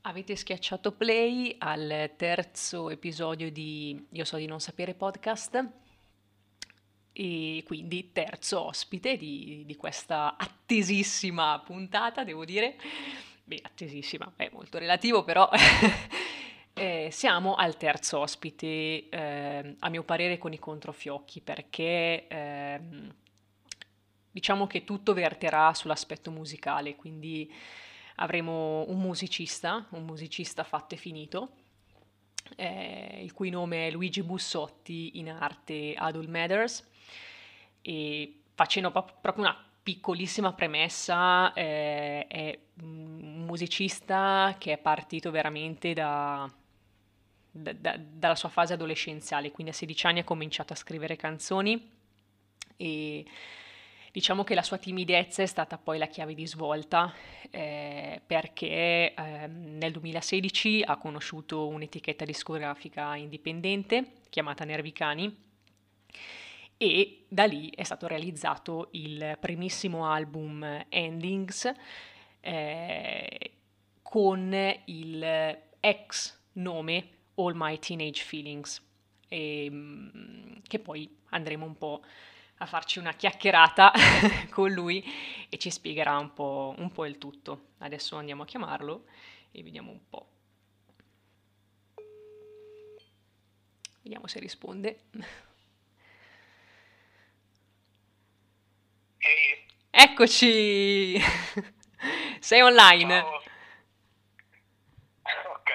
Avete schiacciato play al terzo episodio di Io so di non sapere podcast e quindi terzo ospite di questa attesissima puntata, devo dire. Beh, attesissima, è molto relativo, però siamo al terzo ospite, a mio parere, con i controfiocchi, perché diciamo che tutto verterà sull'aspetto musicale, quindi avremo un musicista fatto e finito, il cui nome è Luigi Bussotti, in arte Adult Matters, e facendo proprio una piccolissima premessa, è un musicista che è partito veramente dalla sua fase adolescenziale, quindi a 16 anni ha cominciato a scrivere canzoni e diciamo che la sua timidezza è stata poi la chiave di svolta, perché nel 2016 ha conosciuto un'etichetta discografica indipendente chiamata Nervicani e da lì è stato realizzato il primissimo album Endings, eh, con il ex nome All My Teenage Feelings, che poi andremo un po' a farci una chiacchierata con lui e ci spiegherà un po' il tutto. Adesso andiamo a chiamarlo e vediamo un po'. Vediamo se risponde. Ehi, Eccoci! Sei online? ciao. Ok.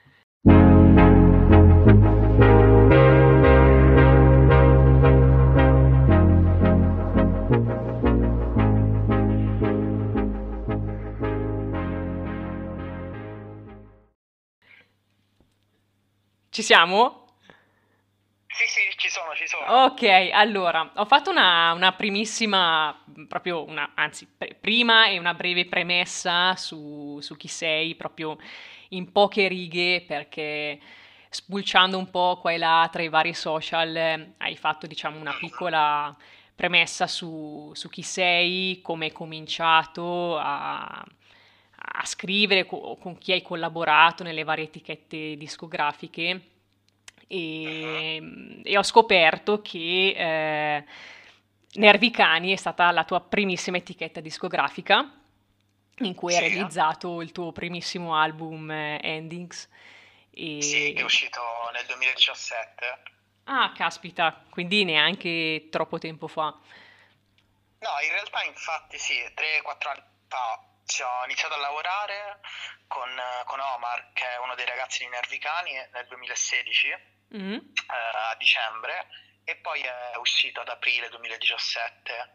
Ci siamo? Sì, sì, ci sono, ci sono. Ok, allora, ho fatto una primissima, proprio una, anzi, prima e una breve premessa su chi sei, proprio in poche righe, perché spulciando un po' qua e là tra i vari social, hai fatto, diciamo, una Mhm. piccola premessa su chi sei, come hai cominciato a scrivere, con chi hai collaborato nelle varie etichette discografiche Mhm. e ho scoperto che Nervicani è stata la tua primissima etichetta discografica in cui hai Sì, realizzato il tuo primissimo album Endings. sì, che è E... uscito nel 2017. Ah, caspita, quindi neanche troppo tempo fa. No, in realtà infatti sì, 3-4 anni fa ho iniziato a lavorare con Omar, che è uno dei ragazzi di Nervicani, nel 2016, Mm. a dicembre, e poi è uscito ad aprile 2017.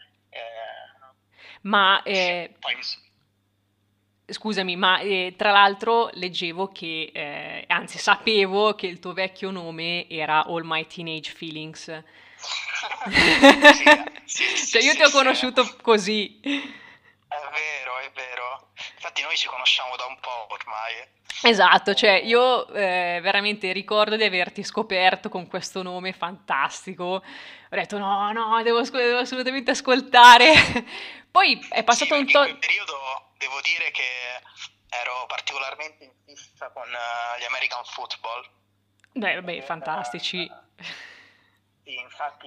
Ma Sì, poi scusami, ma tra l'altro leggevo che, anzi sapevo che il tuo vecchio nome era All My Teenage Feelings. Sì, sì, sì, Cioè io ti sì, ho sì, conosciuto così. è vero, è vero. Infatti noi ci conosciamo da un po' ormai. Esatto, cioè io veramente ricordo di averti scoperto con questo nome fantastico. Ho detto no, no, devo assolutamente ascoltare. Poi è Sì, passato un perché in quel po'. periodo devo dire che ero particolarmente in fissa con gli American Football. Beh, vabbè, E, fantastici. sì, infatti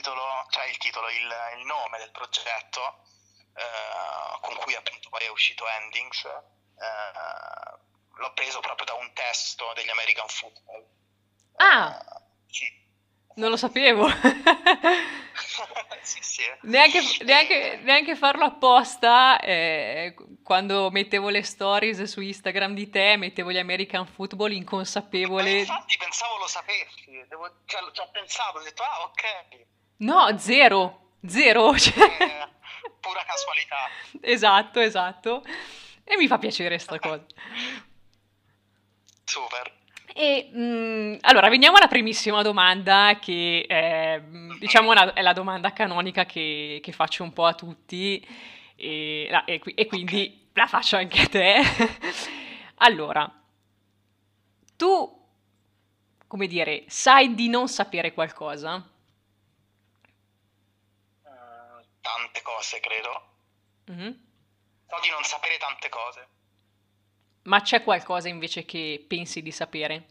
il nome del progetto, con cui appunto poi è uscito Endings, l'ho preso proprio da un testo degli American Football. Ah, Sì, non lo sì, sì. sapevo. Sì, sì. Neanche farlo apposta, quando mettevo le stories su Instagram di te, mettevo gli American Football Ma inconsapevole. infatti pensavo lo sapessi, cioè, ci ho pensato, ho detto, ah, ok. No, zero, zero. Cioè, Eh, pura casualità. esatto, esatto. E mi fa piacere sta cosa. Super. E allora, veniamo alla primissima domanda, che Mhm. diciamo è la domanda canonica che faccio un po' a tutti, e Ok. quindi la faccio anche a te. Allora, tu, come dire, sai di non sapere qualcosa? Tante cose, credo. Mhm. So di non sapere tante cose. Ma c'è qualcosa invece che pensi di sapere?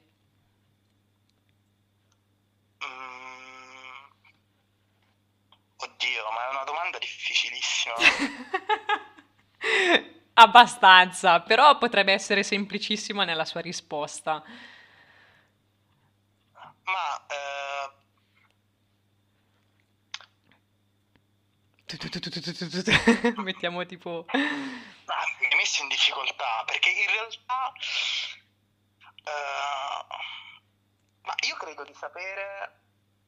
Mm, oddio, ma è una domanda difficilissima. Abbastanza, però potrebbe essere semplicissima nella sua risposta. Ma Mettiamo tipo... mi hai messo in difficoltà perché in realtà ma io credo di sapere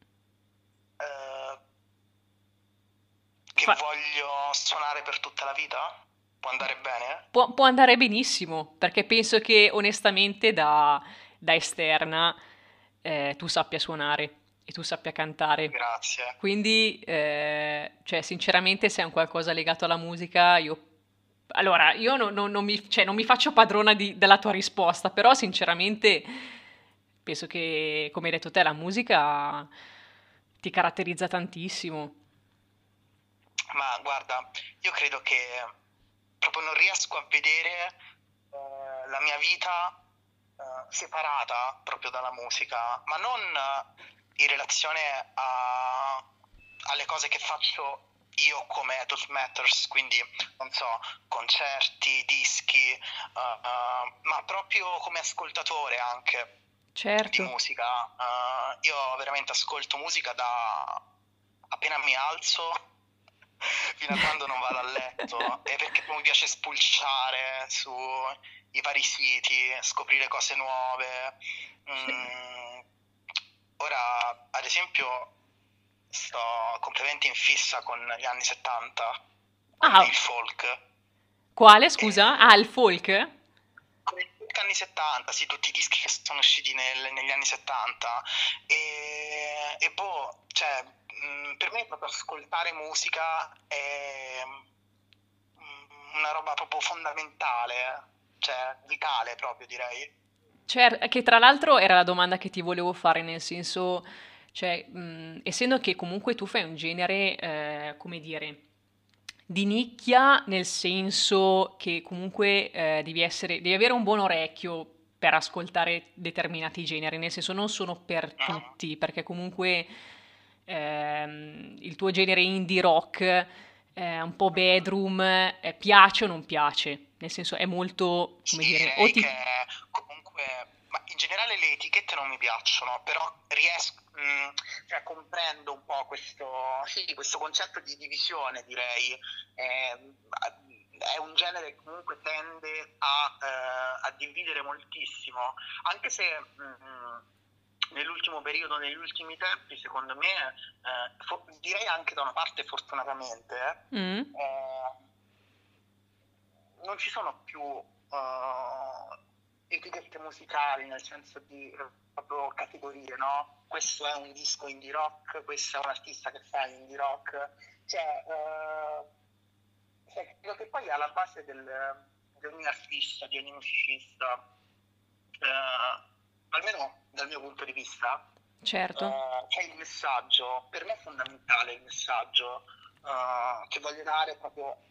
eh, che Fa- voglio suonare per tutta la vita? Può andare bene? può andare benissimo, perché penso che onestamente da esterna tu sappia suonare e tu sappia cantare. Grazie. Quindi, cioè, sinceramente, se è un qualcosa legato alla musica, io... Allora, io non mi, cioè, non mi faccio padrona della tua risposta, però sinceramente penso che, come hai detto te, la musica ti caratterizza tantissimo. Ma guarda, io credo che proprio non riesco a vedere la mia vita separata proprio dalla musica, ma non in relazione alle cose che faccio io come Adult Matters, quindi non so, concerti, dischi, ma proprio come ascoltatore anche di Certo, musica. Io veramente ascolto musica da appena mi alzo fino a quando non vado a letto, e perché mi piace spulciare sui vari siti, scoprire cose nuove. sì. Mm, ora, ad esempio, sto completamente in fissa con gli anni 70, con il Ah, folk. quale, E scusa? Ah, il folk? come gli anni 70, sì, tutti i dischi che sono usciti negli anni 70 e boh, cioè, per me proprio ascoltare musica è una roba proprio fondamentale, cioè vitale proprio direi. Che tra l'altro era la domanda che ti volevo fare, nel senso, cioè, essendo che comunque tu fai un genere, come dire, di nicchia, nel senso che comunque devi avere un buon orecchio per ascoltare determinati generi, nel senso non sono per Mhm. tutti, perché comunque il tuo genere indie rock, un po' bedroom, piace o non piace, nel senso è molto, come Sì, dire, o direi che ti... comunque, ma in generale le etichette non mi piacciono, però riesco, cioè comprendo un po' questo, sì, questo concetto di divisione, direi. È un genere che comunque tende a dividere moltissimo, anche se nell'ultimo periodo, negli ultimi tempi, secondo me, direi anche da una parte fortunatamente, Mm? non ci sono più etichette musicali nel senso di proprio categorie, no? Questo è un disco indie rock, questo è un artista che fa indie rock, cioè, credo che poi alla base di ogni artista, di ogni musicista, almeno dal mio punto di vista, Certo. c'è il messaggio, per me è fondamentale il messaggio che voglio dare proprio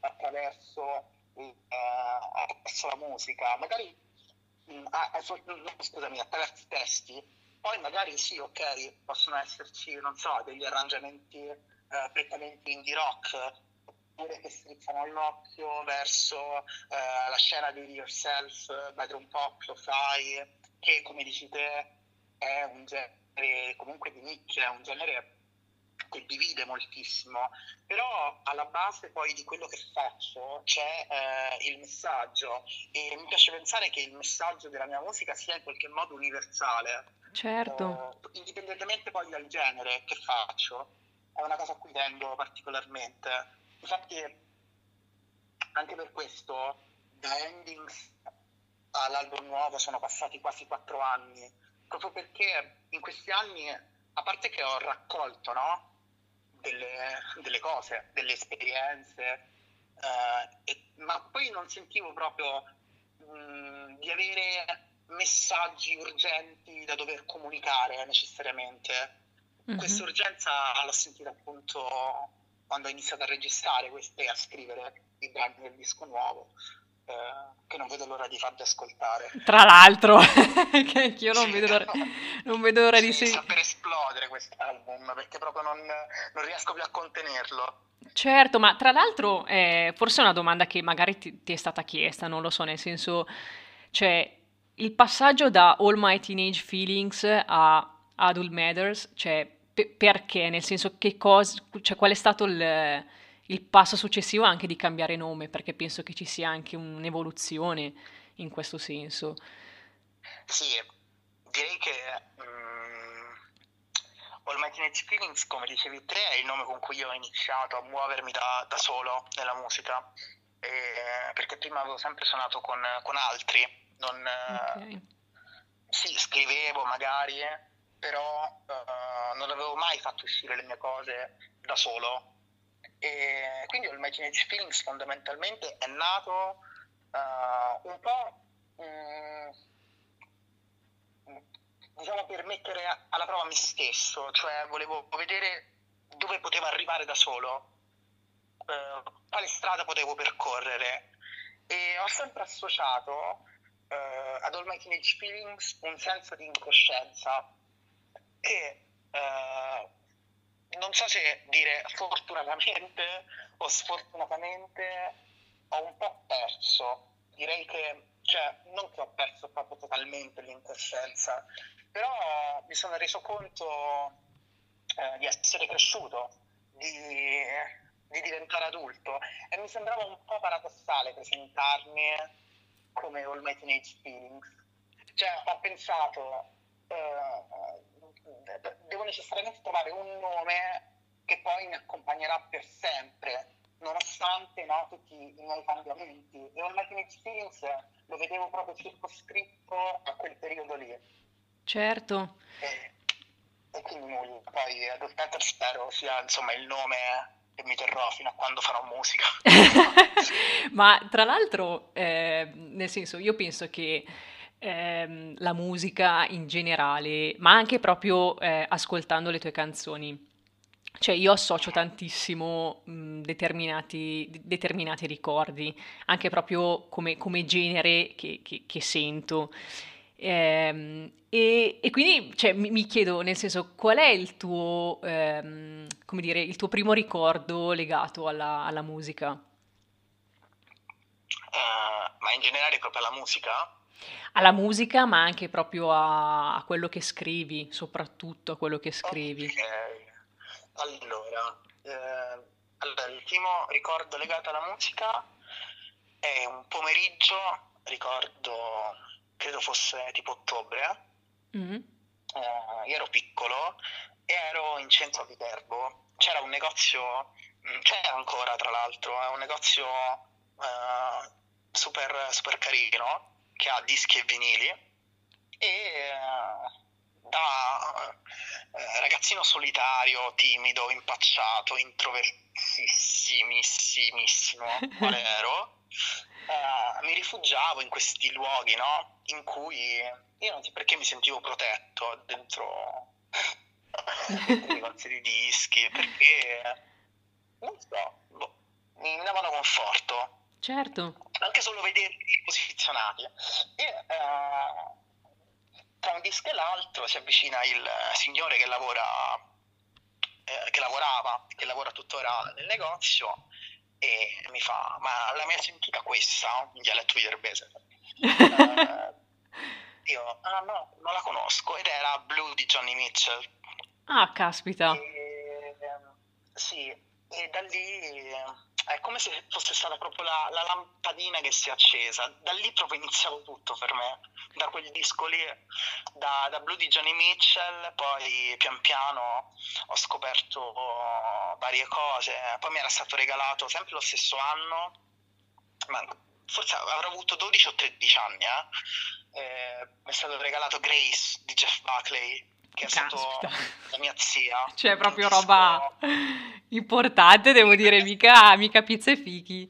attraverso la musica, magari no, scusami, attraverso i testi, poi magari sì, ok, possono esserci, non so, degli arrangiamenti prettamente indie rock, oppure che strizzano all'occhio verso la scena di Yourself, Bedroom Pop, lo fai, che come dici te è un genere comunque di nicchia, è un genere che divide moltissimo, però alla base poi di quello che faccio c'è il messaggio, e mi piace pensare che il messaggio della mia musica sia in qualche modo universale, Certo, indipendentemente poi dal genere che faccio, è una cosa a cui tengo particolarmente. Infatti anche per questo da Endings all'album nuovo sono passati quasi 4 anni, proprio perché in questi anni, a parte che ho raccolto, no, delle cose, delle esperienze, ma poi non sentivo proprio di avere messaggi urgenti da dover comunicare necessariamente. mhm, Questa urgenza l'ho sentita appunto quando ho iniziato a registrare queste e a scrivere i brani del disco nuovo. che non vedo l'ora di farvi ascoltare. Tra l'altro, che anch'io Sì, non vedo l'ora di sì, sta per esplodere quest'album perché proprio non riesco più a contenerlo. Certo, ma tra l'altro, forse è una domanda che magari ti è stata chiesta, non lo so, nel senso, cioè, il passaggio da All My Teenage Feelings a Adult Matters, cioè, perché? Nel senso, cioè, qual è stato il passo successivo anche di cambiare nome? Perché penso che ci sia anche un'evoluzione in questo senso. Sì, direi che All My Teenage Feelings, come dicevi te, è il nome con cui io ho iniziato a muovermi da solo nella musica, perché prima avevo sempre suonato con altri, non, Ok. sì, scrivevo magari, però non avevo mai fatto uscire le mie cose da solo. E quindi All My Teenage Feelings fondamentalmente è nato un po', diciamo, per mettere alla prova me stesso, cioè volevo vedere dove potevo arrivare da solo, quale strada potevo percorrere, e ho sempre associato ad All My Teenage Feelings un senso di incoscienza che non so se dire fortunatamente o sfortunatamente ho un po' perso. Direi che, cioè, non che ho perso proprio totalmente l'incoscienza, però mi sono reso conto di essere cresciuto, di diventare adulto, e mi sembrava un po' paradossale presentarmi come All My Teenage Feelings. Cioè, ho pensato, devo necessariamente trovare un nome che poi mi accompagnerà per sempre, nonostante, no, tutti i miei cambiamenti. E All My Teenage Feelings lo vedevo proprio circoscritto a quel periodo lì. Certo. E, e quindi nulla. Poi Adult Matter spero sia, insomma, il nome che mi terrò fino a quando farò musica. Ma tra l'altro, nel senso, io penso che la musica in generale, ma anche proprio ascoltando le tue canzoni, cioè io associo tantissimo determinati ricordi, anche proprio come genere che sento. E quindi cioè, mi chiedo, nel senso, qual è il tuo, come dire, il tuo primo ricordo legato alla musica? Ma in generale proprio alla musica? Alla musica, ma anche proprio a quello che scrivi, soprattutto a quello che scrivi. Ok, allora, il primo ricordo legato alla musica è un pomeriggio, ricordo, credo fosse tipo ottobre, Mhm. io ero piccolo e ero in centro a Viterbo. C'era un negozio, c'era ancora tra l'altro, è un negozio super, super carino che ha dischi e vinili, e da ragazzino solitario, timido, impacciato, introvertissimissimo quale ero, mi rifugiavo in questi luoghi, no? In cui io non so perché mi sentivo protetto dentro i negozi di dischi, perché non so, boh, mi davano conforto, Certo. anche solo vederli posizionati. E tra un disco e l'altro si avvicina il signore che lavora tuttora nel negozio, e mi fa: ma l'hai mai sentita questa? In dialetto viterbese. Eh, io, ah no, non la conosco, ed era Blue di Johnny Mitchell. Ah, caspita. E, sì, e da lì è come se fosse stata proprio la lampadina che si è accesa. Da lì proprio iniziavo tutto per me, da quel disco lì, da Blue di Johnny Mitchell. Poi pian piano ho scoperto varie cose. Poi mi era stato regalato sempre lo stesso anno, ma forse avrò avuto 12 o 13 anni, mi è stato regalato Grace di Jeff Buckley, che è stato Caspita. la mia zia, Cioè, un proprio roba disco. importante, devo dire, mica pizza e fichi.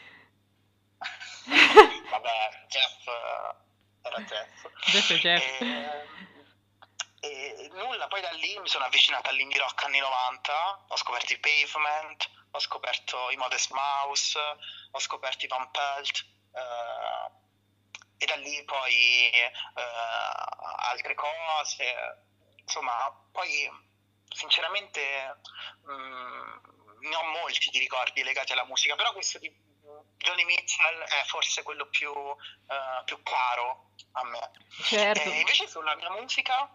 Vabbè, Jeff era Jeff. Jeff e Jeff. E, e nulla, poi da lì mi sono avvicinato all'indie rock anni 90, ho scoperto i Pavement, ho scoperto i Modest Mouse, ho scoperto i Van Pelt, e da lì poi altre cose, insomma, poi sinceramente ne ho molti di ricordi legati alla musica, però questo di Johnny Mitchell è forse quello più caro a me. Certo. E invece sulla mia musica,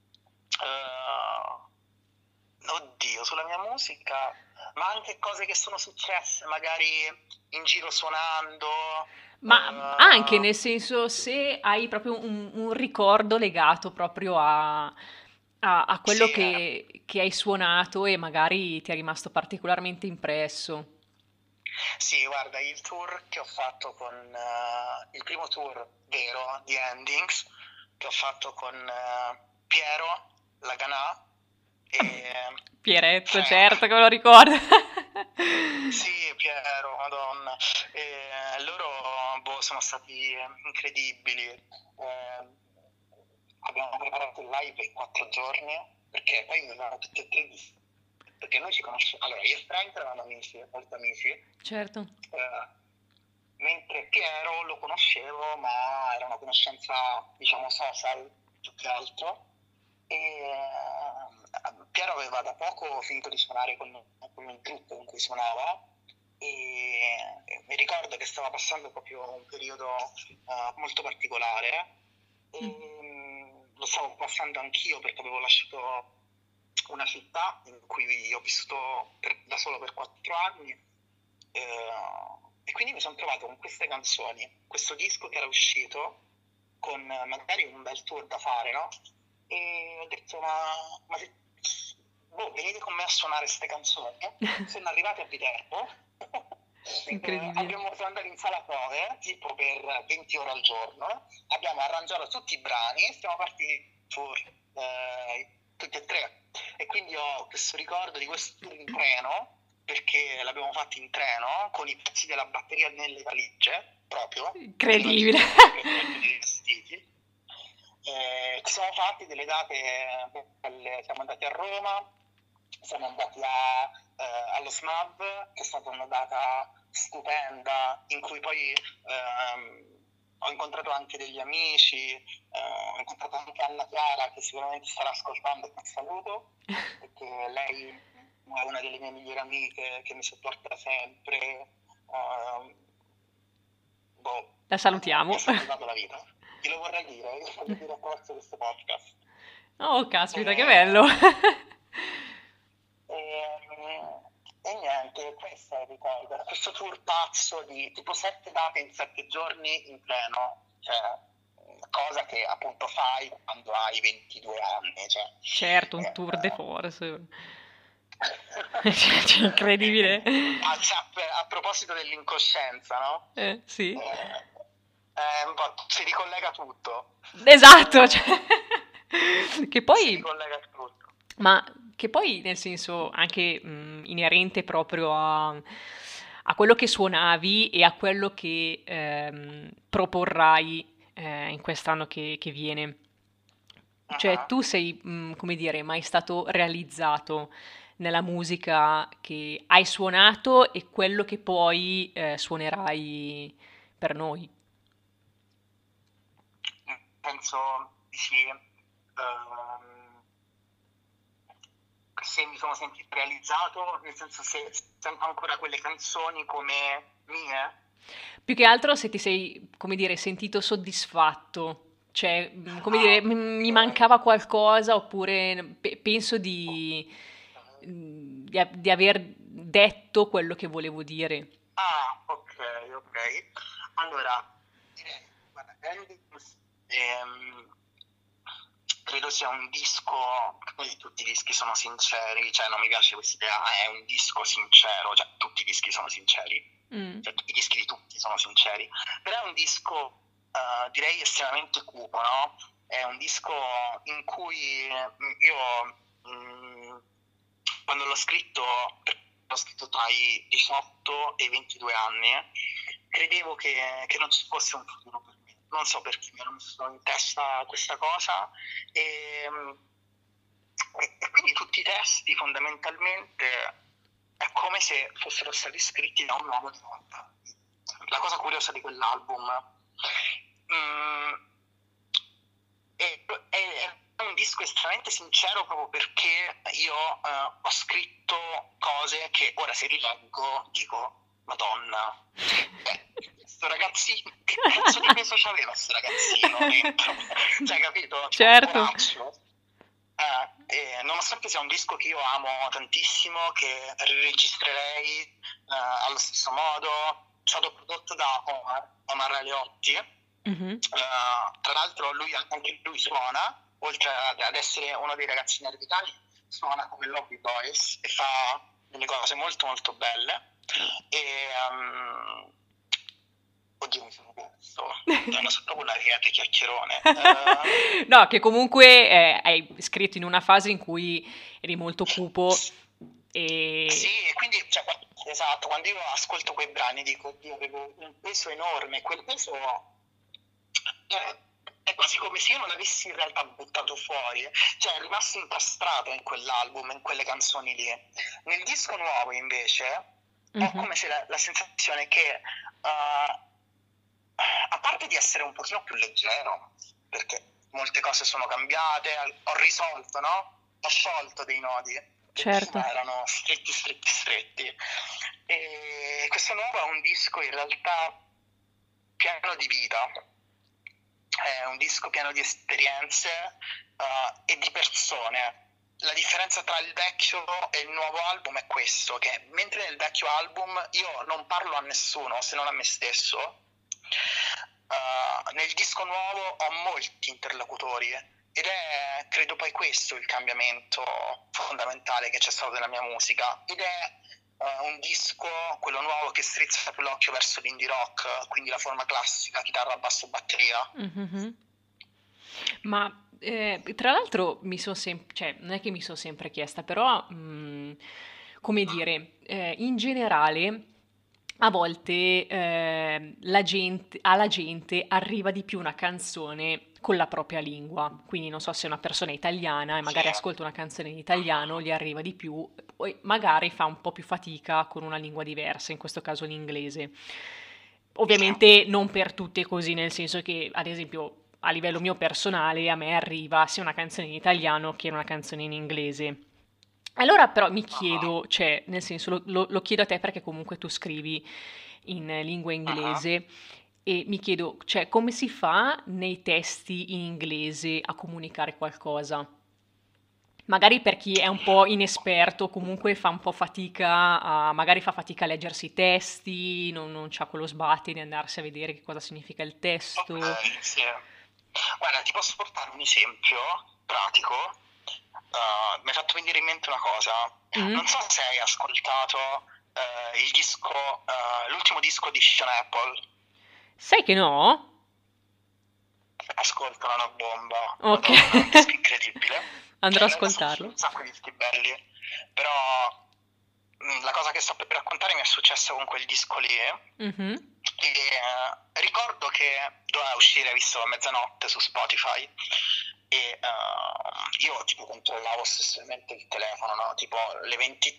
sulla mia musica, ma anche cose che sono successe magari in giro suonando. Ma anche nel senso, se hai proprio un ricordo legato proprio a quello Sì, che hai suonato e magari ti è rimasto particolarmente impresso. sì, guarda, il tour che ho fatto il primo tour vero di Endings, che ho fatto con Piero Laganà e Pieretto, certo Frank. che me lo ricordo. Sì, Piero, Madonna. Loro sono stati incredibili. Abbiamo preparato il live in 4 giorni, perché poi avevamo tutti e tre perché noi ci conosciamo. Allora, io e Frank eravamo amici, molto amici, Certo. mentre Piero lo conoscevo, ma era una conoscenza, diciamo, social più che altro. E Piero aveva da poco finito di suonare con il gruppo con cui suonava e mi ricordo che stava passando proprio un periodo molto particolare e lo stavo passando anch'io perché avevo lasciato una città in cui ho vissuto da solo per 4 anni e quindi mi sono trovato con queste canzoni, questo disco che era uscito con magari un bel tour da fare, no? E ho detto, ma se, venite con me a suonare queste canzoni? Sono arrivati a Viterbo, Incredibile. siamo andati in sala prove, tipo per 20 ore al giorno, abbiamo arrangiato tutti i brani e siamo partiti tour, tutti e tre. E quindi ho questo ricordo di questo tour in treno, perché l'abbiamo fatto in treno, con i pezzi della batteria nelle valigie, proprio, nelle Incredibile. valigie di vestiti. Ci siamo fatti delle date belle, siamo andati a Roma, siamo andati allo SMAB, che è stata una data stupenda, in cui poi ho incontrato anche degli amici, ho incontrato anche Anna Chiara, che sicuramente starà ascoltando e che saluto, perché lei è una delle mie migliori amiche che mi supporta sempre. La Mi salutiamo. ha salvato la vita. Glielo vorrei dire, io voglio dire attraverso questo podcast. Oh, caspita, che bello. E, e niente, questo è il ricordo. Questo tour pazzo di tipo 7 date in 7 giorni in treno, cioè cosa che appunto fai quando hai 22 anni. Cioè, Certo, un tour de force. Cioè, incredibile. a proposito dell'incoscienza, no? Sì. Un po' si ricollega tutto. Esatto, cioè, che Si poi, ricollega tutto. ma che poi nel senso anche inerente proprio a quello che suonavi e a quello che proporrai in quest'anno che viene. Cioè, Uh-huh. tu sei, come dire, mai stato realizzato nella musica che hai suonato e quello che poi suonerai per noi. Penso di sì. Se mi sono sentito realizzato, nel senso se sento ancora quelle canzoni come mie. Più che altro se ti sei, come dire, sentito soddisfatto. Cioè, come Ah, dire, mi ok. mancava qualcosa oppure penso di aver detto quello che volevo dire. Ah, ok, ok. Allora, guarda, Endings, credo sia un disco, poi tutti i dischi sono sinceri, cioè non mi piace questa idea, è un disco sincero, cioè tutti i dischi sono sinceri, Mm. cioè i dischi di tutti sono sinceri, però è un disco direi estremamente cupo, no? È un disco in cui io quando l'ho scritto tra i 18 e i 22 anni, credevo che non ci fosse un futuro per me. Non so perché mi ero messo in testa questa cosa e, e quindi tutti i testi fondamentalmente è come se fossero stati scritti da un uomo di 90 anni. la cosa curiosa di quell'album. Mm, è un disco estremamente sincero proprio perché io ho scritto cose che ora se rileggo dico, Madonna, sto ragazzino, che cazzo di peso c'aveva sto ragazzino dentro? Cioè, capito? C'è un Certo. poraccio. E nonostante sia un disco che io amo tantissimo, che riregistrerei allo stesso modo, è stato prodotto da Omar Aleotti. Mhm. Tra l'altro anche lui suona, oltre ad essere uno dei ragazzini nervicali, suona come Lobby Boys e fa delle cose molto molto belle. E oddio, mi sono perso. Non so, proprio una riga di chiacchierone. No, che comunque hai scritto in una fase in cui eri molto cupo e... Sì, e quindi, cioè, esatto, quando io ascolto quei brani dico, oddio, avevo un peso enorme, quel peso è quasi come se io non l'avessi in realtà buttato fuori, cioè è rimasto incastrato in quell'album, in quelle canzoni lì. Nel disco nuovo invece ho Mhm. come se la sensazione che, a parte di essere un pochino più leggero, perché molte cose sono cambiate, ho risolto, no? Ho sciolto dei nodi che Certo. prima erano stretti, stretti, stretti. E questo nuovo è un disco in realtà pieno di vita, è un disco pieno di esperienze e di persone. La differenza tra il vecchio e il nuovo album è questo, che mentre nel vecchio album io non parlo a nessuno se non a me stesso, nel disco nuovo ho molti interlocutori ed è credo poi questo il cambiamento fondamentale che c'è stato nella mia musica ed è un disco, quello nuovo, che strizza più l'occhio verso l'indie rock, quindi la forma classica, chitarra, basso, batteria. Mhm. Ma tra l'altro mi sono sempre, cioè non è che mi sono sempre chiesta, però come dire, in generale a volte alla gente arriva di più una canzone con la propria lingua, quindi non so se una persona è italiana e Sì, magari ascolta una canzone in italiano, gli arriva di più, poi magari fa un po' più fatica con una lingua diversa, in questo caso l'inglese. sì. Ovviamente non per tutte così, nel senso che, ad esempio, a livello mio personale, a me arriva sia una canzone in italiano che una canzone in inglese. Allora però mi Uh-huh, chiedo, cioè, nel senso, lo chiedo a te perché comunque tu scrivi in lingua uh-huh. inglese e mi chiedo, cioè, come si fa nei testi in inglese a comunicare qualcosa? Magari per chi è un po' inesperto, comunque fa un po' fatica magari fa fatica a leggersi i testi, non c'ha quello sbatti di andarsi a vedere che cosa significa il Ok, testo. sì. Guarda, ti posso portare un esempio pratico? Mi hai fatto venire in mente una cosa. Mm? Non so se hai ascoltato il disco, l'ultimo disco di Fiona Apple. Sai che no? Ascoltano una bomba, Ok, Madonna, è un disco incredibile. Cioè, andrò a in realtà sono usciti ascoltarlo. un sacco di dischi belli, però la cosa che sto per raccontare mi è successa con quel disco lì. Mhm. E ricordo che doveva uscire, visto a mezzanotte su Spotify, e io tipo controllavo ossessivamente il telefono, no? Tipo le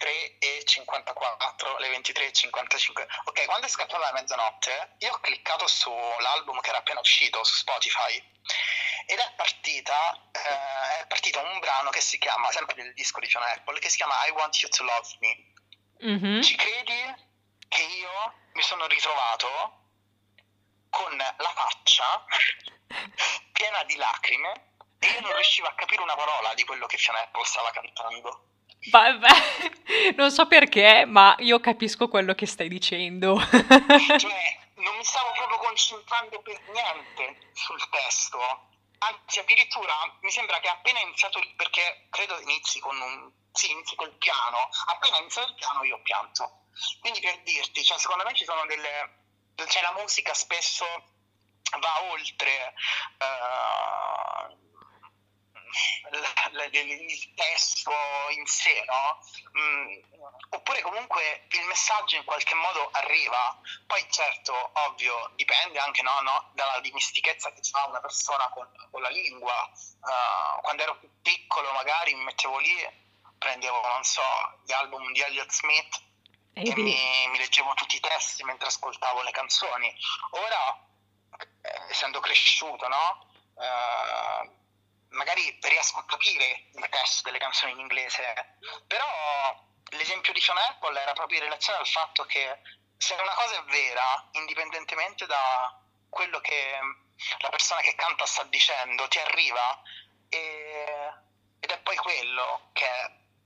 23:54, le 23:55. Ok, quando è scattata la mezzanotte, io ho cliccato sull'album che era appena uscito su Spotify ed è partito un brano che si chiama, sempre del disco di John Apple, che si chiama I Want You to Love Me. Mhm. Ci credi che io mi sono ritrovato con la faccia piena di lacrime e io non riuscivo a capire una parola di quello che Fiona Apple stava cantando. Vabbè, non so perché, ma io capisco quello che stai dicendo. Cioè, non mi stavo proprio concentrando per niente sul testo. Anzi, addirittura mi sembra che appena iniziato perché credo inizi con inizi col piano. Appena iniziato il piano io ho pianto. Quindi per dirti, cioè, secondo me ci sono cioè la musica spesso va oltre il testo in sé, no? Oppure comunque il messaggio in qualche modo arriva. Poi certo, ovvio, dipende anche dalla dimestichezza che ha una persona con la lingua. Quando ero più piccolo magari mi mettevo lì, prendevo, non so, gli album di Elliott Smith E e beh, mi leggevo tutti i testi mentre ascoltavo le canzoni. Ora, essendo cresciuto, no? Magari riesco a capire il testo delle canzoni in inglese, però l'esempio di Fiona Apple era proprio in relazione al fatto che se una cosa è vera, indipendentemente da quello che la persona che canta sta dicendo, ti arriva ed è poi quello che è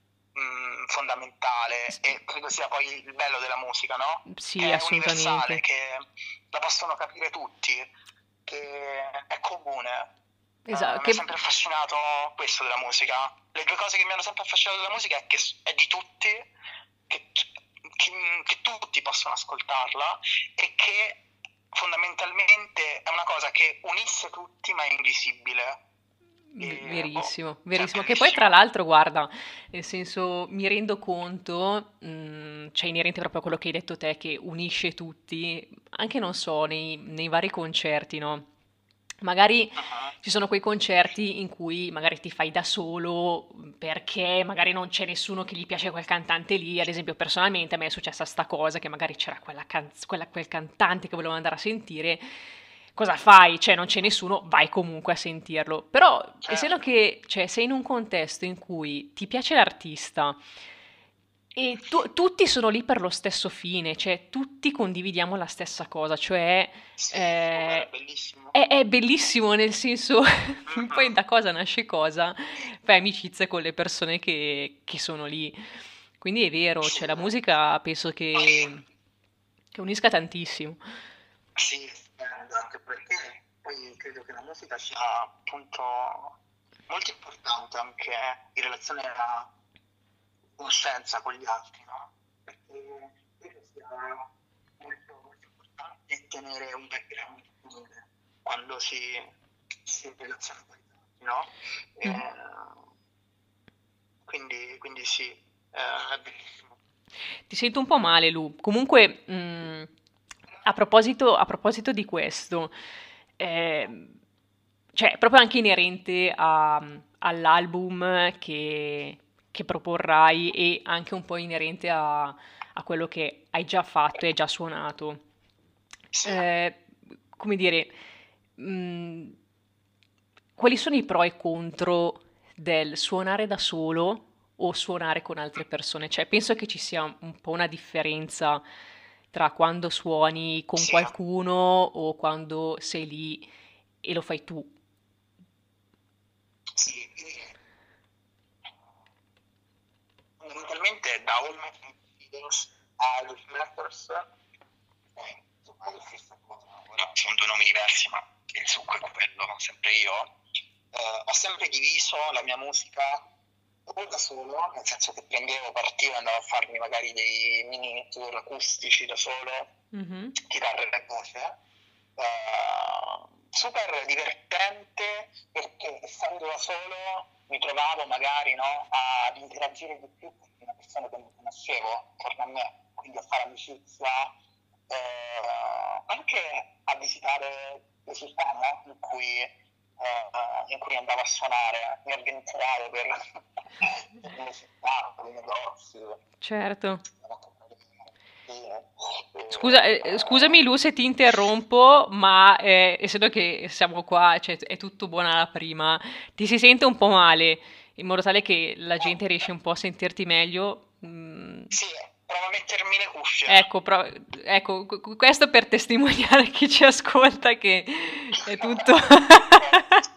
fondamentale e credo sia poi il bello della musica, no? sì, Che è universale, assolutamente. che la possono capire tutti, che è comune. Esatto, Mi è che sempre affascinato questo della musica. Le due cose che mi hanno sempre affascinato della musica è che è di tutti, che, che tutti possono ascoltarla e che fondamentalmente è una cosa che unisse tutti ma è invisibile. E, boh, verissimo, cioè, verissimo. Che poi tra bellissimo. l'altro, guarda, nel senso, mi rendo conto, cioè inerente proprio a quello che hai detto te, che unisce tutti, anche non so, nei vari concerti, no? Magari Uh-huh. ci sono quei concerti in cui magari ti fai da solo perché magari non c'è nessuno che gli piace quel cantante lì. Ad esempio, personalmente a me è successa sta cosa che magari c'era quel cantante che volevo andare a sentire. Cosa fai? Cioè, non c'è nessuno, vai comunque a sentirlo. Però, essendo Certo. che cioè, sei in un contesto in cui ti piace l'artista e tutti sono lì per lo stesso fine, cioè tutti condividiamo la stessa cosa, cioè Sì, super, è eh, bellissimo. è bellissimo nel senso, poi Mhm. da cosa nasce cosa, fai amicizia con le persone che sono lì. Quindi è vero, Sì. cioè la musica penso Poi che unisca tantissimo. sì, stupendo, anche perché poi credo che la musica sia appunto molto importante anche in relazione alla conoscenza con gli altri, no? Perché credo sia molto importante tenere un background comune quando si relaziona con gli altri, no? Mm. Quindi sì, è bellissimo. Ti sento un po' male, Lu. Comunque, a proposito di questo, ehm, cioè, proprio anche inerente all'album che proporrai e anche un po' inerente a quello che hai già fatto e hai già suonato. Sì. Eh, come dire, mh, quali sono i pro e contro del suonare da solo o suonare con altre persone? Cioè, penso che ci sia un po' una differenza tra quando suoni con Sì, qualcuno o quando sei lì e lo fai tu. sì. Fondamentalmente da All My Feelings a The Flappers è insomma la stessa cosa. Ora sono due nomi diversi, ma il succo è quello, sempre io. Ho sempre diviso la mia musica o da solo, nel senso che prendevo, partivo e andavo a farmi magari dei mini tour acustici da solo, Mhm. chitarra e voce. Super divertente perché essendo da solo mi trovavo magari no, ad interagire di più con una persona che non conoscevo attorno a me, quindi a fare amicizia, anche a visitare le città no, in cui andavo a suonare, mi organizzavo per le città, per i negozi, Certo. andavo a comprare Scusami Lu se ti interrompo, ma essendo che siamo qua, cioè è tutto buono alla prima, ti si sente un po' male, in modo tale che la gente riesce un po' a sentirti meglio. sì, provo a mettermi le cuffie. Ecco, ecco, questo per testimoniare chi ci ascolta che è tutto... Ok.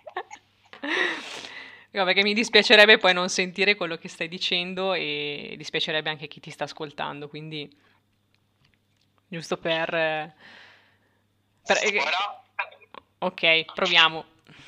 No, perché mi dispiacerebbe poi non sentire quello che stai dicendo e dispiacerebbe anche chi ti sta ascoltando, quindi giusto Ora, ok, proviamo.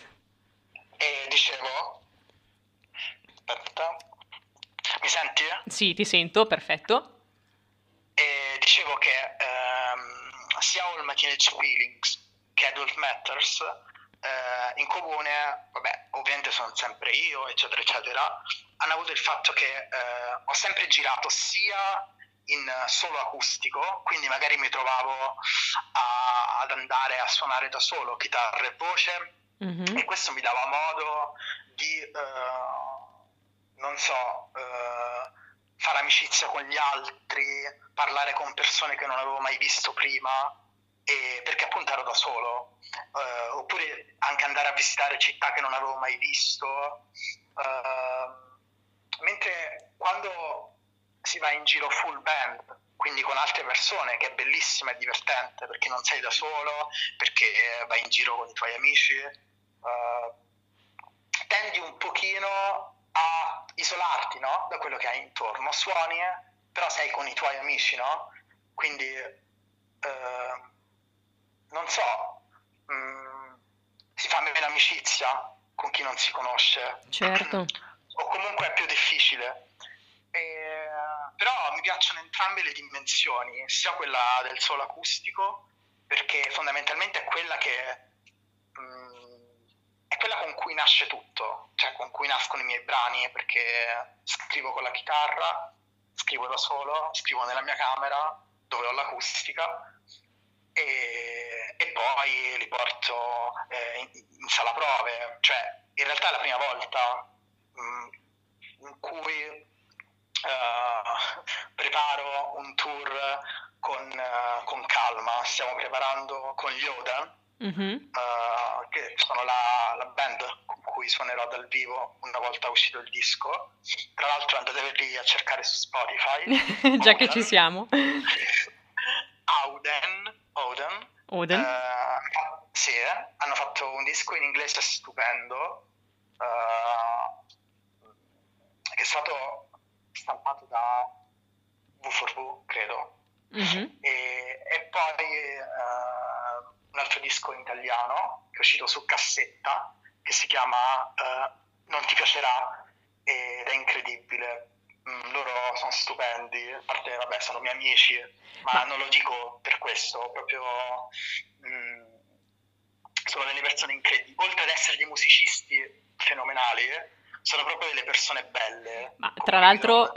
dicevo, aspetta, mi senti? Sì, ti sento, perfetto. Dicevo che sia All My Teenage Feelings che Adult Matters in comune, vabbè, ovviamente sono sempre io, eccetera, eccetera, hanno avuto il fatto che ho sempre girato sia in solo acustico, quindi magari mi trovavo ad andare a suonare da solo chitarra e voce e Mhm. questo mi dava modo di, non so, fare amicizia con gli altri, parlare con persone che non avevo mai visto prima, perché appunto ero da solo, oppure anche andare a visitare città che non avevo mai visto, mentre quando si va in giro full band, quindi con altre persone, che è bellissima e divertente, perché non sei da solo, perché vai in giro con i tuoi amici, tendi un pochino a isolarti, no? Da quello che hai intorno, suoni, però sei con i tuoi amici, no? Quindi, non so, si fa meno amicizia con chi non si conosce, Certo. o comunque è più difficile. Però mi piacciono entrambe le dimensioni, sia quella del solo acustico, perché fondamentalmente è quella che è quella con cui nasce tutto, cioè con cui nascono i miei brani, perché scrivo con la chitarra, scrivo da solo, scrivo nella mia camera dove ho l'acustica e poi li porto in sala prove, cioè in realtà è la prima volta in cui preparo un tour con calma. Stiamo preparando con gli Oda, che sono la band con cui suonerò dal vivo una volta uscito il disco. Tra l'altro andatevi a cercare su Spotify. Già che ci siamo. Oden. Oden. Sì, hanno fatto un disco in inglese stupendo, che è stato stampato da V4V, credo. E poi un altro disco in italiano che è uscito su cassetta, che si chiama Non ti piacerà, ed è incredibile. Loro sono stupendi, a parte, vabbè, sono miei amici, ma non lo dico per questo, proprio sono delle persone incredibili. Oltre ad essere dei musicisti fenomenali, sono proprio delle persone belle. Ma tra l'altro,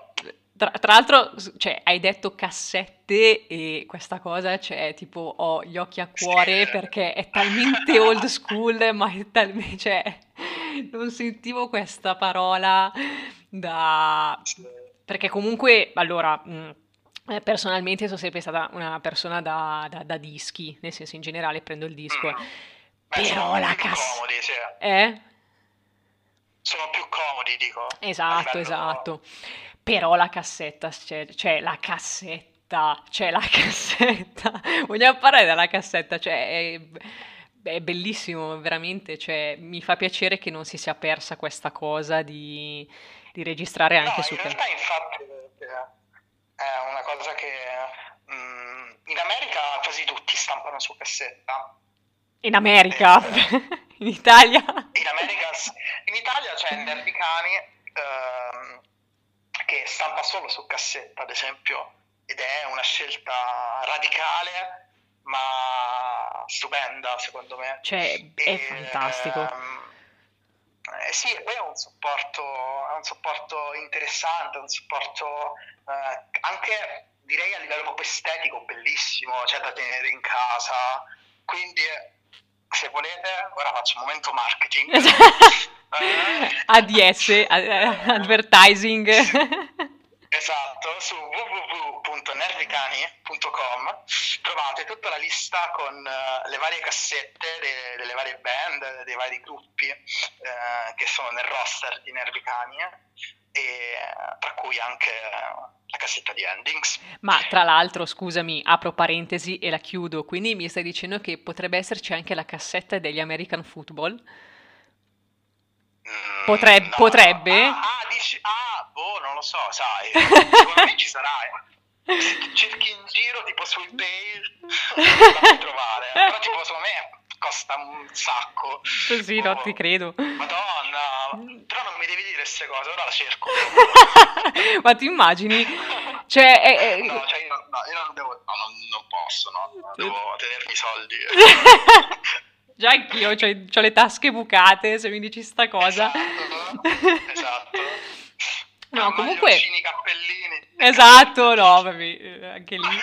cioè, hai detto cassette e questa cosa, cioè, tipo, ho gli occhi a cuore perché è talmente old school, ma è talmente, cioè, non sentivo questa parola da... Perché comunque, allora, personalmente sono sempre stata una persona da dischi, nel senso in generale prendo il disco, però la cassetta... Sì. Sono più comodi, dico. Esatto. Però la cassetta, cioè la cassetta, vogliamo parlare della cassetta, cioè è bellissimo, veramente, cioè mi fa piacere che non si sia persa questa cosa di registrare anche su... in realtà infatti è una cosa che in America quasi tutti stampano su cassetta. In America? In Italia? In Italia c'è Nervicani che stampa solo su cassetta, ad esempio, ed è una scelta radicale ma stupenda, secondo me. Cioè, è fantastico. Sì, e poi è un supporto interessante, un supporto anche, direi, a livello proprio estetico bellissimo, cioè da tenere in casa. Quindi, se volete, ora faccio un momento marketing. ADS, advertising. Esatto, su www.nervicani.com trovate tutta la lista con le varie cassette delle varie band, dei vari gruppi che sono nel roster di Nervicani, e tra cui anche la cassetta di Endings. Ma tra l'altro, scusami, apro parentesi e la chiudo, quindi mi stai dicendo che potrebbe esserci anche la cassetta degli American Football? Potrebbe? Dici, non lo so, sai, secondo me ci sarà, se cerchi in giro, tipo su eBay, la puoi trovare, però tipo secondo me costa un sacco. Sì, no, ti credo. Madonna, però non mi devi dire queste cose, ora la cerco. Ma ti immagini? Cioè, No, cioè io non devo, non posso, no, devo tenermi i soldi. Già anch'io c'ho le tasche bucate, se mi dici sta cosa. Esatto. No, comunque... Maglioncini, cappellini. Esatto, no, vabbè, anche lì.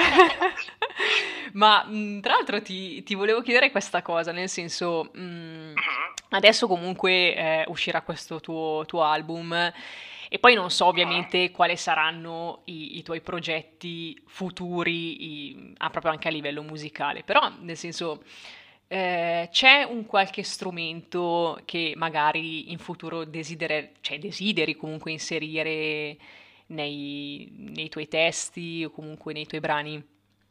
Ma tra l'altro ti volevo chiedere questa cosa, nel senso, adesso comunque uscirà questo tuo album E poi non so Mhm. ovviamente quali saranno i tuoi progetti futuri, proprio anche a livello musicale, però nel senso c'è un qualche strumento che magari in futuro cioè desideri comunque inserire nei tuoi testi o comunque nei tuoi brani?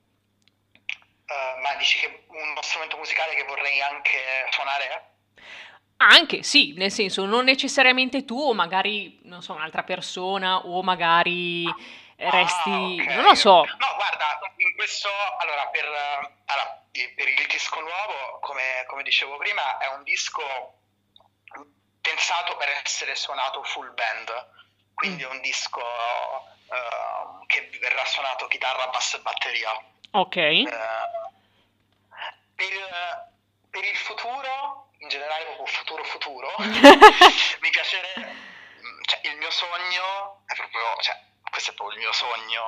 Ma dici che uno strumento musicale che vorrei anche suonare? Anche, sì, nel senso, non necessariamente tu, o magari, non so, un'altra persona, o magari Ah, ok. resti, non lo so. No, guarda, in questo, allora, per il disco nuovo, come dicevo prima, è un disco pensato per essere suonato full band, Mm, quindi è un disco che verrà suonato chitarra, basso e batteria. ok. Eh, per il futuro, in generale proprio futuro futuro, mi piacerebbe, cioè il mio sogno è proprio, cioè questo è proprio il mio sogno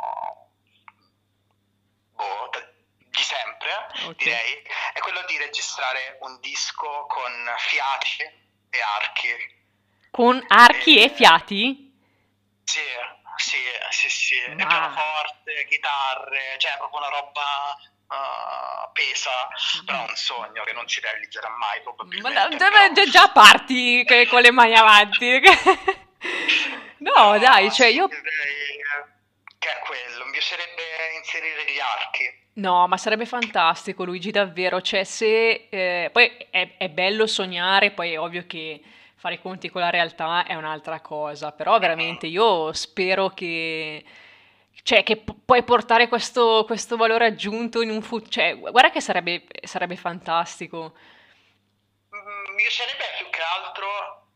boh, di sempre, Ok. direi, è quello di registrare un disco con fiati e archi. Con archi e E fiati? sì, sì, sì, sì, e Ma, pianoforte, chitarre, cioè è proprio una roba pesa, però è un sogno che non si realizzerà mai probabilmente, però già parti con le mani avanti. No, dai, però cioè sì, io. direi che è quello, mi piacerebbe inserire gli archi. No, ma sarebbe fantastico, Luigi, davvero. Cioè, se poi è bello sognare, poi è ovvio che fare i conti con la realtà è un'altra cosa. Però Mhm. veramente io spero cioè, che puoi portare questo valore aggiunto in un futuro. Cioè, guarda che sarebbe fantastico. Mi piacerebbe più che altro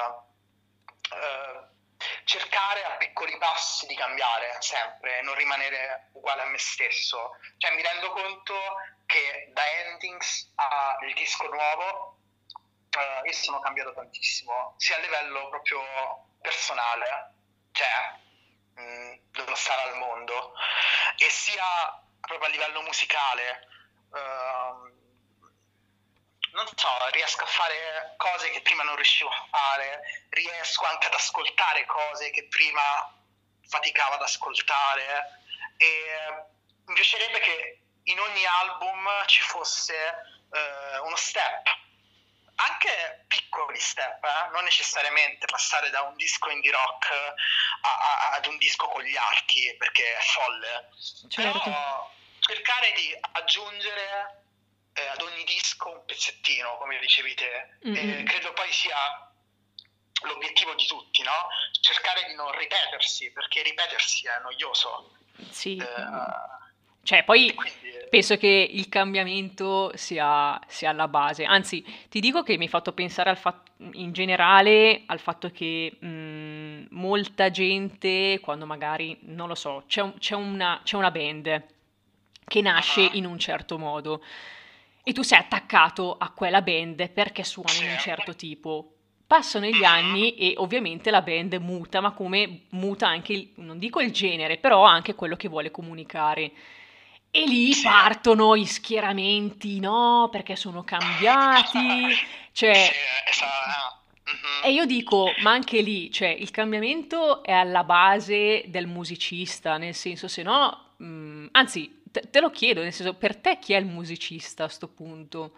cercare a piccoli passi di cambiare sempre, non rimanere uguale a me stesso. Cioè mi rendo conto che da Endings al disco nuovo io sono cambiato tantissimo, sia a livello proprio personale, cioè dello stare al mondo, e sia proprio a livello musicale. ehm, Non so, riesco a fare cose che prima non riuscivo a fare, riesco anche ad ascoltare cose che prima faticavo ad ascoltare, e mi piacerebbe che in ogni album ci fosse uno step, anche piccoli step, non necessariamente passare da un disco indie rock ad un disco con gli archi, perché è folle, Certo. però cercare di aggiungere ad ogni disco un pezzettino, come dicevi te, Mm, mm, mm. credo poi sia l'obiettivo di tutti, no? Cercare di non ripetersi, perché ripetersi è noioso. Sì. Cioè, E poi quindi penso che il cambiamento sia alla base. Anzi, ti dico che mi hai fatto pensare in generale al fatto che molta gente, quando magari, non lo so, c'è una band che nasce uh-huh. in un certo modo e tu sei attaccato a quella band perché suona Sì. in un certo tipo. Passano gli Mhm. anni e ovviamente la band muta, ma come muta anche, non dico il genere, però anche quello che vuole comunicare. E lì Sì. partono i schieramenti, no, perché sono cambiati, Sì, cioè. esatto. E Mhm. io dico, ma anche lì, cioè, il cambiamento è alla base del musicista, nel senso, se no, anzi, te lo chiedo, nel senso, per te chi è il musicista a sto punto?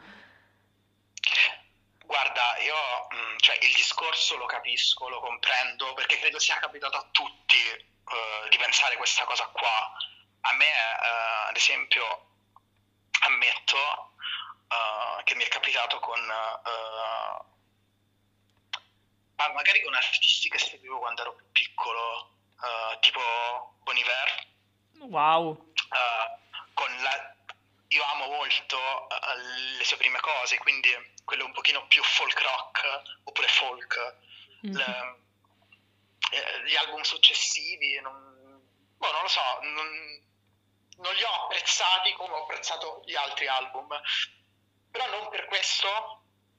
Guarda, io cioè, il discorso lo capisco, lo comprendo, perché credo sia capitato a tutti di pensare questa cosa qua. A me, ad esempio, ammetto che mi è capitato ma magari con artisti che seguivo quando ero più piccolo, tipo Bon Iver, Wow. con io amo molto le sue prime cose, quindi quello un pochino più folk rock oppure folk. Mhm. Gli album successivi, boh, non lo so, non li ho apprezzati come ho apprezzato gli altri album, però non per questo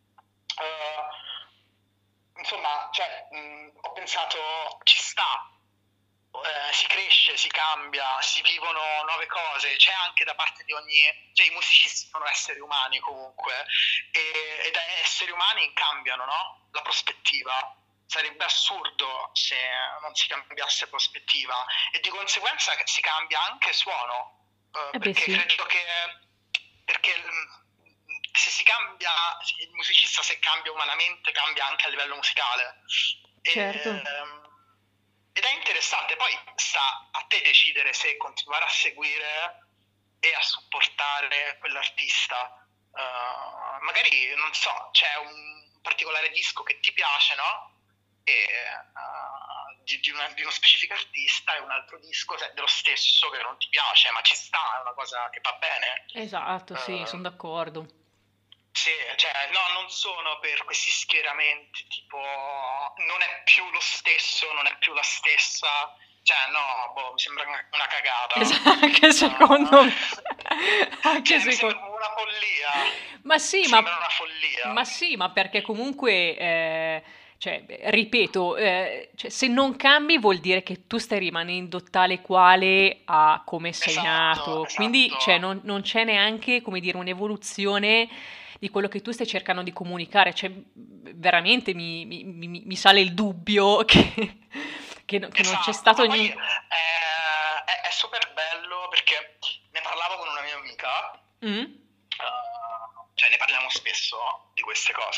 insomma, cioè, ho pensato ci sta, si cresce, si cambia, si vivono nuove cose, c'è anche da parte di ogni, cioè i musicisti sono esseri umani comunque, e da esseri umani cambiano, no? La prospettiva. sarebbe assurdo se non si cambiasse prospettiva e di conseguenza si cambia anche suono, Eh beh perché sì, credo che perché se si cambia, il musicista se cambia umanamente cambia anche a livello musicale. certo. Ed è interessante, poi sta a te decidere se continuare a seguire e a supportare quell'artista. Magari, non so, c'è un particolare disco che ti piace, no? E, di uno specifico artista e un altro disco dello stesso che non ti piace, ma ci sta, è una cosa che va bene. Esatto, sì, sono Eh, d'accordo. sì, cioè, no, non sono per questi schieramenti, tipo, non è più lo stesso, non è più la stessa, cioè, no, boh, mi sembra una cagata. Anche secondo me. Anche Cioè, mi secondo. sembra una follia, Ma mi sì, sembra una follia. ma sì, ma perché comunque, cioè, ripeto, cioè, se non cambi vuol dire che tu stai rimanendo tale quale a come sei Esatto, nato. Quindi, esatto. cioè, non c'è neanche, come dire, un'evoluzione di quello che tu stai cercando di comunicare. Cioè, veramente mi sale il dubbio che non c'è Esatto, stato ma poi è super bello perché ne parlavo con una mia amica, Mm? cioè ne parliamo spesso di queste cose.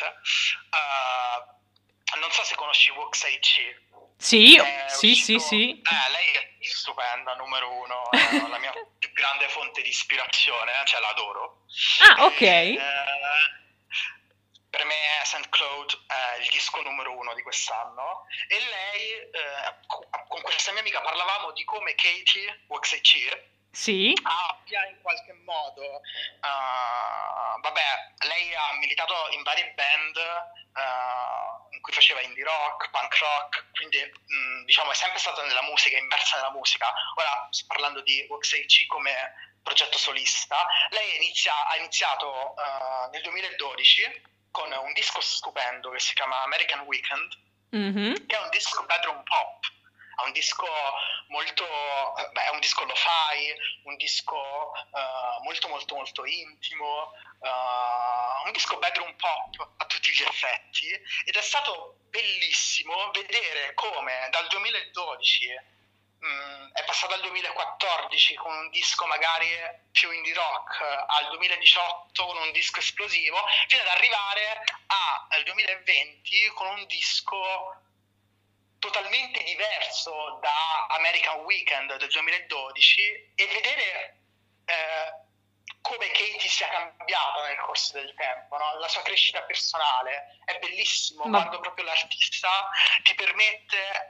Non so se conosci Wax.it. Sì, È sì, sì, uscito, sì. lei è stupenda, numero uno, è la mia più grande fonte di ispirazione, cioè l'adoro. Ah, ok. E, per me St. Claude è il disco numero uno di quest'anno e lei, con questa mia amica parlavamo di come Katie, Wax.it, Sì, abbia in qualche modo, vabbè, lei ha militato in varie band in cui faceva indie rock, punk rock, quindi diciamo è sempre stata nella musica, immersa nella musica. Ora sto parlando di Wax.it come progetto solista. Lei ha iniziato nel 2012 con un disco stupendo che si chiama American Weekend, mhm. che è un disco bedroom pop, è un disco molto, è un disco lo-fi, un disco molto molto molto intimo, un disco bedroom pop a tutti gli effetti, ed è stato bellissimo vedere come dal 2012 è passato al 2014 con un disco magari più indie rock, al 2018 con un disco esplosivo, fino ad arrivare al 2020 con un disco totalmente diverso da American Weekend del 2012 e vedere come Katie sia cambiata nel corso del tempo, no? La sua crescita personale è bellissimo Ma quando proprio l'artista ti permette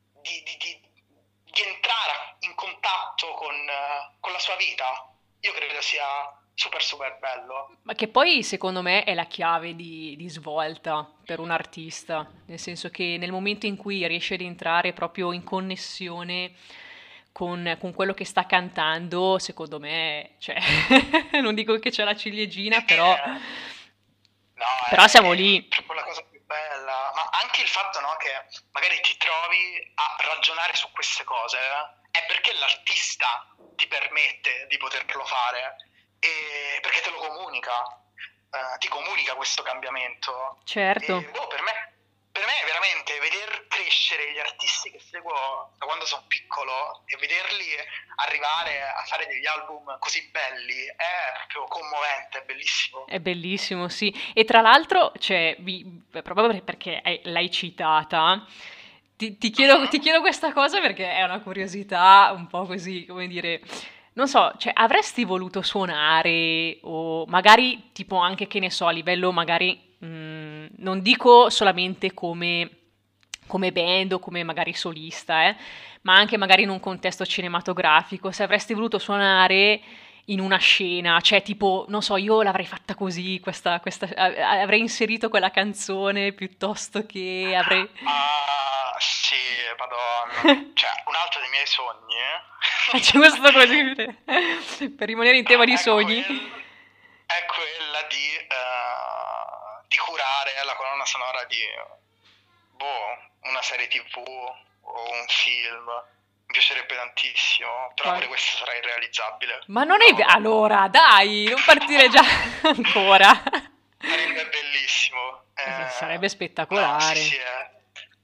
di entrare in contatto con la sua vita. Io credo sia super super bello. Ma che poi secondo me è la chiave di svolta per un artista, nel senso che nel momento in cui riesce ad entrare proprio in connessione con quello che sta cantando, secondo me, cioè, non dico che c'è la ciliegina, No, però siamo è lì. proprio la cosa più bella, ma anche il fatto, no, che magari ti trovi a ragionare su queste cose, è perché l'artista ti permette di poterlo fare e perché te lo comunica, ti comunica questo cambiamento. Certo. E boh, per me veramente veder crescere gli artisti che seguo da quando sono piccolo e vederli arrivare a fare degli album così belli è proprio commovente, è bellissimo. È bellissimo, sì. E tra l'altro, cioè, proprio perché l'hai citata, ti Mhm. chiedo questa cosa perché è una curiosità un po' così, come dire, non so, cioè, avresti voluto suonare o magari tipo anche, che ne so, a livello magari, non dico solamente come band o come magari solista, ma anche magari in un contesto cinematografico, se avresti voluto suonare in una scena, cioè tipo, non so, io l'avrei fatta così, avrei inserito quella canzone piuttosto che avrei... Ah, sì, madonna. Cioè, un altro dei miei sogni C'è questo così, per rimanere in tema di è, sogni. è quella di curare la colonna sonora di una serie TV o un film. Mi piacerebbe tantissimo, però pure Guarda. questo sarà irrealizzabile. Ma non è... Cavolo. Allora, dai, non partire già ancora. Sarebbe bellissimo. Sarebbe No, sì, spettacolare. sì,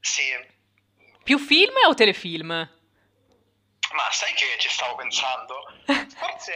Sì, Più film o telefilm? ma sai che ci stavo pensando? Forse,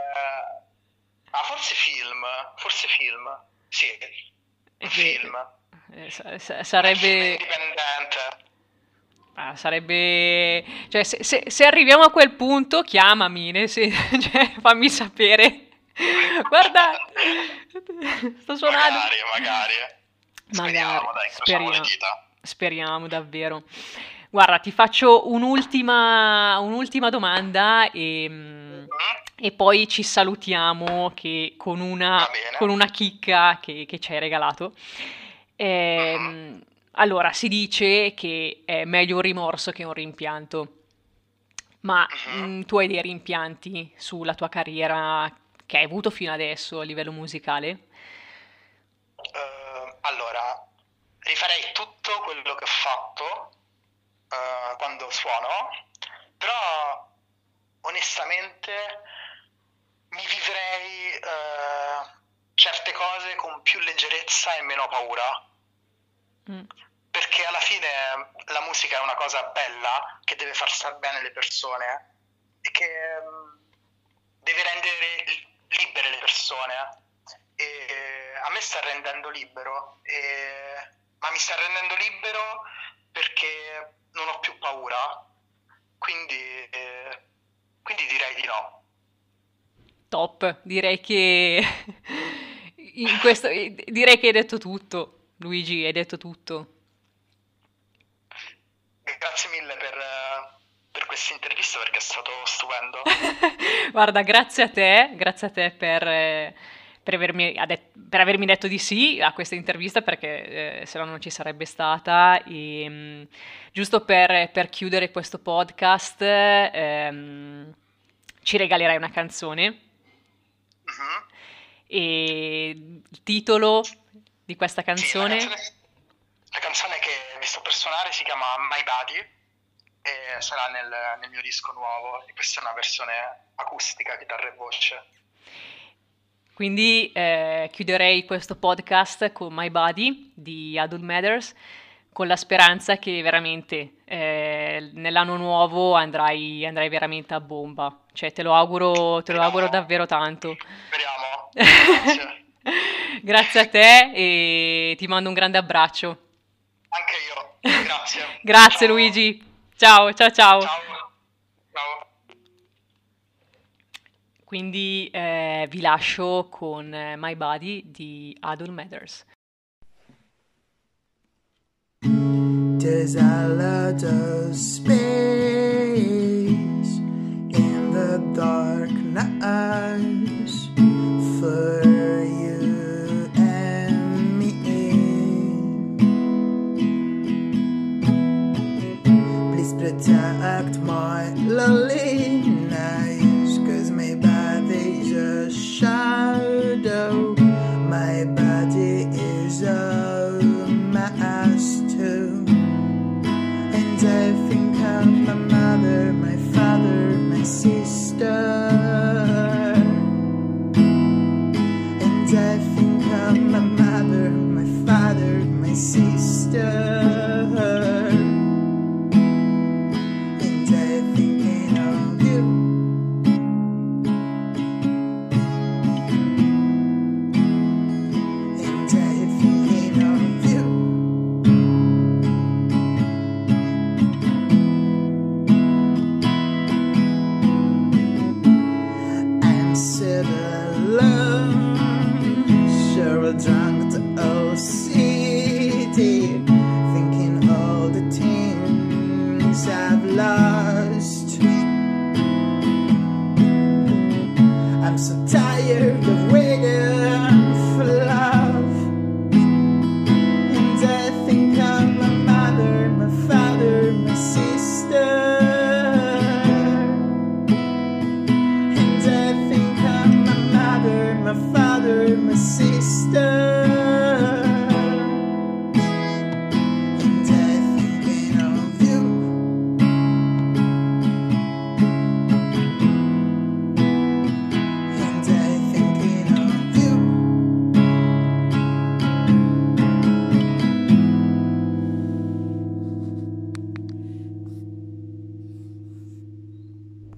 forse film, sì, un film. Sarebbe... Indipendente. Sarebbe... Cioè, se arriviamo a quel punto, chiamami, cioè, fammi sapere. Guarda, sto suonando. Magari. Magari, Speriamo, dai, incrociamo le dita. speriamo davvero. Guarda, ti faccio un'ultima domanda e poi ci salutiamo con Va bene. una chicca che ci hai regalato. Mhm. Allora, si dice che è meglio un rimorso che un rimpianto, ma Mhm. tu hai dei rimpianti sulla tua carriera che hai avuto fino adesso a livello musicale? Allora, rifarei tutto quello che ho fatto quando suono, però onestamente mi vivrei certe cose con più leggerezza e meno paura. Mm. Perché alla fine la musica è una cosa bella che deve far star bene le persone e che deve rendere libere le persone. E a me sta rendendo libero, ma mi sta rendendo libero perché non ho più paura, quindi direi di no. Top, direi che direi che hai detto tutto, Luigi, hai detto tutto. Grazie mille per questa intervista perché è stato stupendo. Guarda, grazie a te per avermi detto di sì a questa intervista perché se no non ci sarebbe stata. E, giusto per chiudere questo podcast, ci regalerai una canzone Mhm. e il titolo di questa Sì, canzone? la canzone che vi sto per suonare si chiama My Body e sarà nel mio disco nuovo. E questa è una versione acustica, chitarra e voce. Quindi chiuderei questo podcast con My Body di Adult Matters, con la speranza che veramente nell'anno nuovo andrai veramente a bomba. Cioè, te lo auguro Speriamo, davvero tanto. speriamo. Grazie. Grazie a te e ti mando un grande abbraccio. Anche io. Grazie. Grazie Ciao. Luigi. Ciao, ciao, ciao. Ciao. Ciao. Quindi vi lascio con My Body di Adult Matters. There's a lot of space in the darkness for you and me. Please protect my loneliness, 'cause my body's a shadow, my body is a mess too. And I think of my mother, my father, my sister. And I think of my mother, my father, my sister. And I'm thinking of you. And I'm thinking of you. I'm still alone, sure drunk to old city, thinking all the things I've lost. I'm so tired of waiting for love. And I think of my mother, my father, my sister. And I think of my mother, my father, my sister.